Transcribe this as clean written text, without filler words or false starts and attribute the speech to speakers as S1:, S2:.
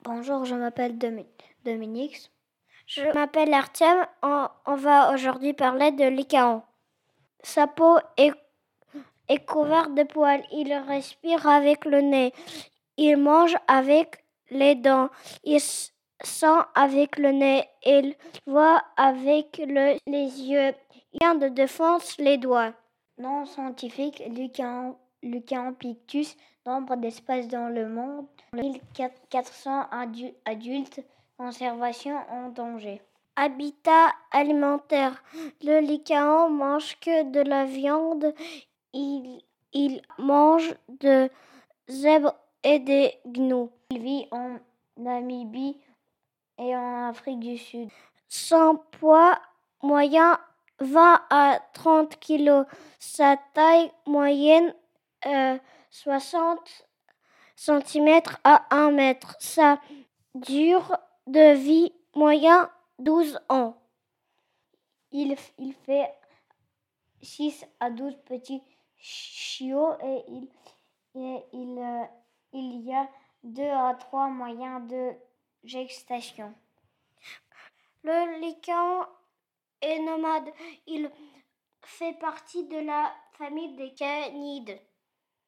S1: Bonjour, je m'appelle Dominique. Je m'appelle Artyom. On va aujourd'hui parler de Lycaon. Sa peau est couverte de poils. Il respire avec le nez. Il mange avec les dents. Il sent avec le nez. Il voit avec les yeux. Il vient de défonce les doigts. Nom scientifique, Lycaon pictus, nombre d'espèces dans le monde, 1400 adultes, conservation en danger. Habitat alimentaire, le Lycaon mange que de la viande, il mange des zèbres et des gnous. Il vit en Namibie et en Afrique du Sud. Son poids moyen 20 à 30 kg. Sa taille moyenne 60 cm à 1 mètre. Sa durée de vie moyenne 12 ans. Il fait 6 à 12 petits chiots et il y a 2 à 3 moyens de gestation. Le Lycaon est nomade. Il fait partie de la famille des canides.